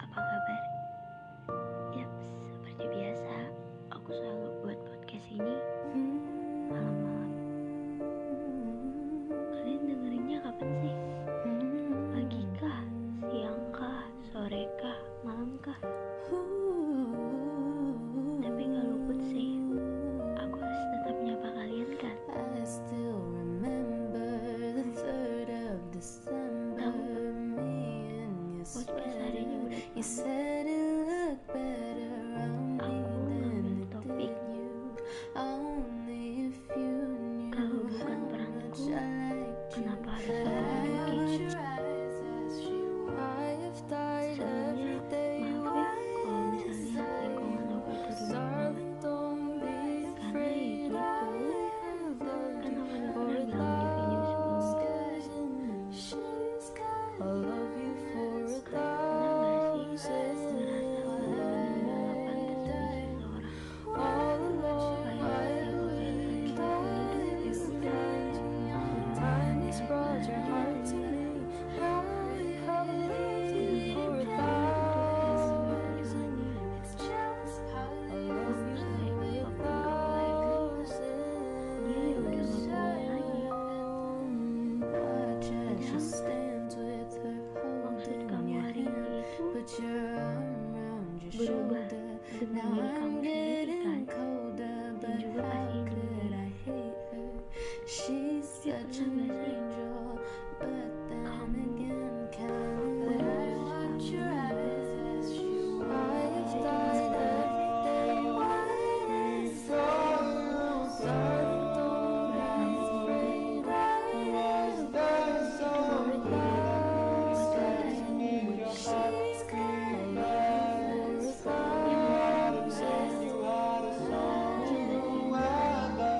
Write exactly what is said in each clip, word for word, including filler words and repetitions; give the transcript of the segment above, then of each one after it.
apa kabar? Yap, seperti biasa, aku selalu buat podcast ini malam-malam. Kalian dengerinnya kapan sih? Pagi kah? Siang kah? Sore kah? Malam kah? Tapi gak luput sih, aku harus tetap nyapa kalian kan? I still remember the third of December. Tahu gak? Me and your Podcast hari ini berat You banget. said it looked better on me Aku than ngambil it topik did you. Only if you knew kalau bukan how peranku, much I liked you. kenapa harus aku I duduki? held your eyes as you I have died every Sebelumnya, day. maaf ya kalau misalnya lingkungan aku itu ribet banget. Darling, don't be Karena ya afraid. gitu, kan aku udah pernah bilang di video sebelumnya. I love you for a Kalian pernah gak sih thousand. ngerasa bener-bener udah gak pantas sama seseorang? All along Kayak I setiap apa yang kalian lakuin itu ya udah time has brought your heart to me. I have loved udah you gak for a bisa lanjut dalam thousand. perjuangannya. It's just I Mau love you sebaik for a apapun kamu lakuin, thousand. dia ya udah gak berubah lagi. Watch as she Padahal stands with her maksud holding kamu your hari hand. ini itu Put your arm around your berubah shoulder. demi Now diri I'm kamu sendiri kan? getting colder, Dan but juga how pasti could demi I hate her? She's Tapi such pernah an gak sih angel, but then kamu again kind udah of berusaha berubah I have jadi died malah every day. Darling, don't be berat banget afraid. menurutku. I have Itu malah jadi motivasi buat She's kita. kind of Ya mungkin saya bisa jadi motivasi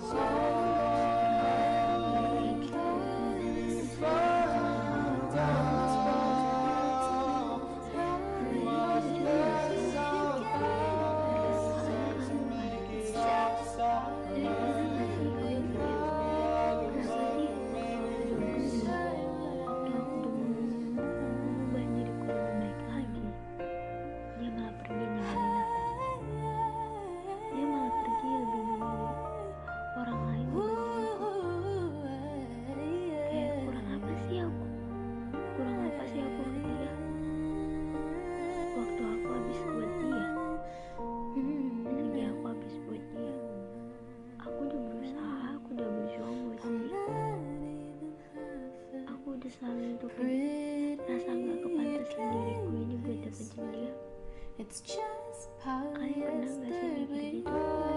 kayak gitu. Sebenarnya aku juga gak tahu kalian kangen kan daripada gak sih aku yang mikir kenapa sih waktu aku udah waktu aku udah mengubah diriku lebih baik lagi, dia malah pergi ninggalin aku. Dia malah pergi lebih memilih orang lain dibanding aku. Kayak kurang apa sih aku? Kurang apa sih aku ke dia? Waktu aku habis buat dia, energi aku habis buat dia. Aku udah berusaha, aku udah berjuang buat dia. Aku udah selalu nutupin rasa gak kepantasan diriku ini buat dapetin dia. It's just Kalian pernah gak sih mikir gitu?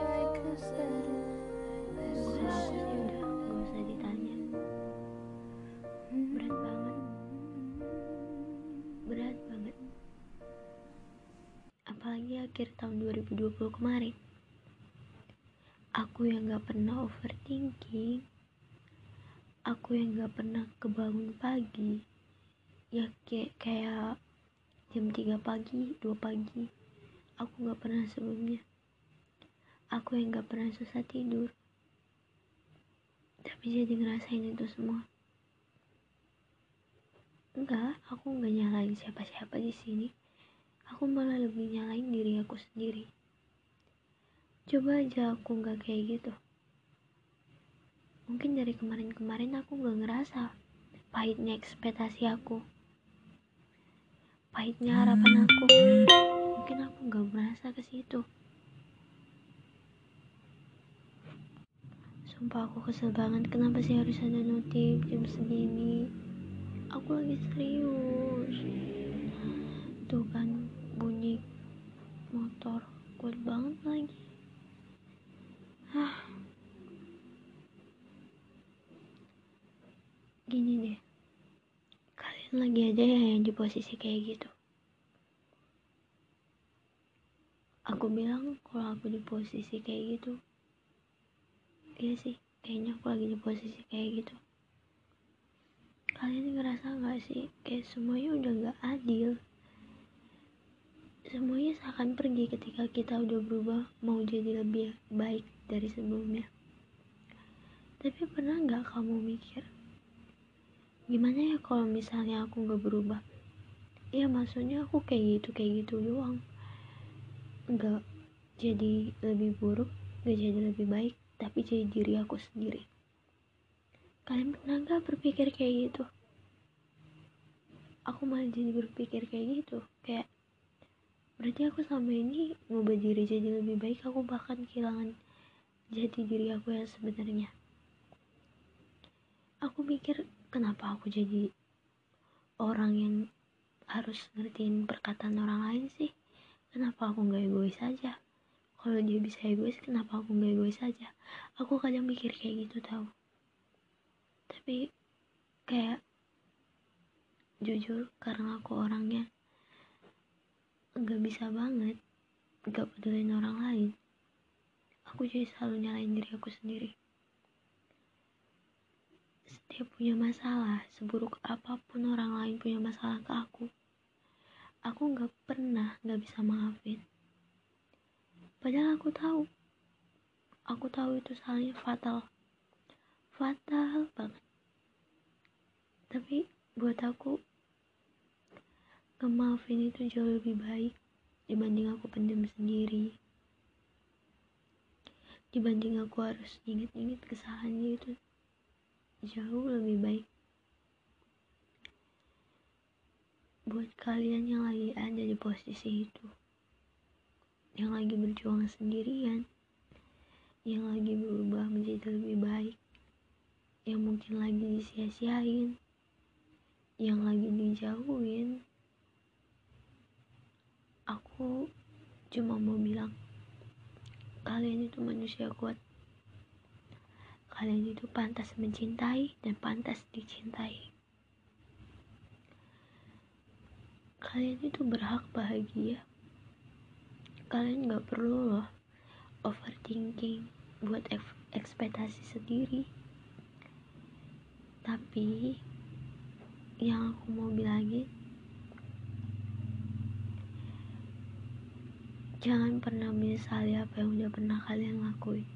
Kalau aku sih udah gak usah ditanya. Berat banget. Berat banget. Apalagi akhir tahun dua ribu dua puluh kemarin. Aku yang gak pernah overthinking. Aku yang gak pernah kebangun pagi. Ya kayak, kayak jam tiga pagi, dua pagi. Aku gak pernah sebelumnya. Aku yang gak pernah susah tidur. Tapi jadi ngerasain itu semua. Enggak, aku gak nyalain siapa-siapa di sini. Aku malah lebih nyalain diri aku sendiri. Coba aja aku gak kayak gitu. Mungkin dari kemarin-kemarin aku gak ngerasa pahitnya ekspektasi aku, pahitnya harapan aku. Mungkin aku gak merasa ke situ. Sumpah aku kesel banget, kenapa sih harus ada notif jam segini? Aku lagi serius. Tuh kan bunyi motor kuat banget lagi. Hah. Gini deh, kalian lagi ada ya yang di posisi kayak gitu. Aku bilang kalau aku di posisi kayak gitu, iya sih, kayaknya aku lagi di posisi kayak gitu. Kalian ngerasa gak sih kayak semuanya udah gak adil? Semuanya seakan pergi ketika kita udah berubah mau jadi lebih baik dari sebelumnya. Tapi pernah gak kamu mikir, gimana ya kalau misalnya aku gak berubah? Ya maksudnya aku kayak gitu kayak gitu doang, nggak jadi lebih buruk, nggak jadi lebih baik, tapi jadi diri aku sendiri. Kalian pernah nggak berpikir kayak gitu? Aku malah jadi berpikir kayak gitu, kayak berarti aku selama ini ngubah diri jadi lebih baik, aku bahkan kehilangan jati diri aku yang sebenarnya. Aku mikir, kenapa aku jadi orang yang harus ngertiin perkataan orang lain sih? Kenapa aku gak egois aja? Kalau dia bisa egois, kenapa aku gak egois aja? Aku kadang mikir kayak gitu tau. Tapi kayak jujur, karena aku orangnya gak bisa banget gak pedulin orang lain, aku jadi selalu nyalain diri aku sendiri. Setiap punya masalah, seburuk apapun orang lain punya masalah ke aku, aku gak pernah gak bisa maafin. Padahal aku tahu, aku tahu itu salahnya fatal, fatal banget. Tapi buat aku, ngemaafin itu jauh lebih baik dibanding aku pendam sendiri, dibanding aku harus inget-inget kesalahannya. Itu jauh lebih baik. Buat kalian yang lagi ada di posisi itu, yang lagi berjuang sendirian, yang lagi berubah menjadi lebih baik, yang mungkin lagi disia-siain, yang lagi dijauhin, aku cuma mau bilang, kalian itu manusia kuat. Kalian itu pantas mencintai dan pantas dicintai. Kalian itu berhak bahagia. Kalian gak perlu loh overthinking buat ek- ekspektasi sendiri. Tapi yang aku mau bilangin, jangan pernah menyesali apa yang udah pernah kalian lakuin.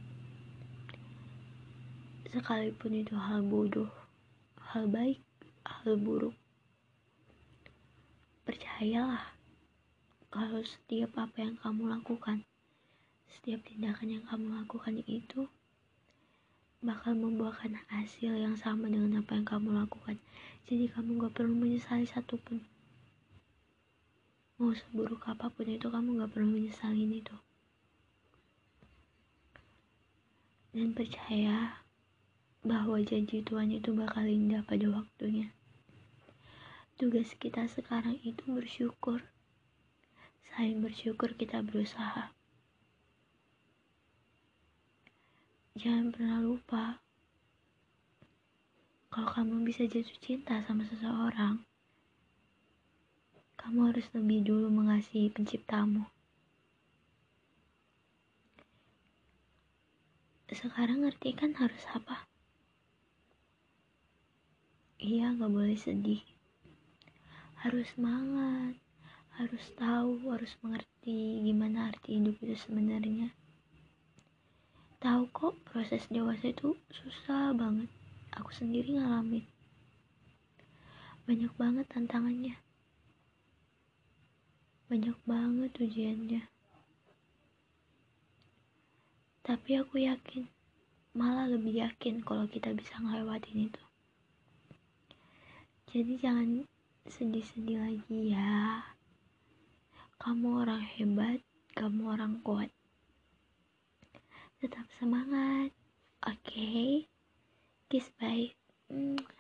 Sekalipun itu hal bodoh, hal baik, hal buruk, percayalah kalau setiap apa yang kamu lakukan, setiap tindakan yang kamu lakukan itu bakal membuahkan hasil yang sama dengan apa yang kamu lakukan. Jadi kamu gak perlu menyesali satupun. Mau seburuk apapun itu, kamu gak perlu menyesalin itu. Dan percaya bahwa janji Tuhan itu bakal indah pada waktunya. Tugas kita sekarang itu bersyukur. Selain bersyukur, kita berusaha. Jangan pernah lupa, kalau kamu bisa jatuh cinta sama seseorang, kamu harus lebih dulu mengasihi penciptamu. Sekarang ngerti kan harus apa? Iya, gak boleh sedih. Harus semangat, harus tahu, harus mengerti gimana arti hidup itu sebenarnya. Tahu kok, proses dewasa itu susah banget. Aku sendiri ngalamin. Banyak banget tantangannya. Banyak banget ujiannya. Tapi aku yakin, malah lebih yakin kalau kita bisa ngelewatin itu. Jadi jangan sedih-sedih lagi ya. Kamu orang hebat, kamu orang kuat. Tetap semangat. Oke, okay? Kiss bye.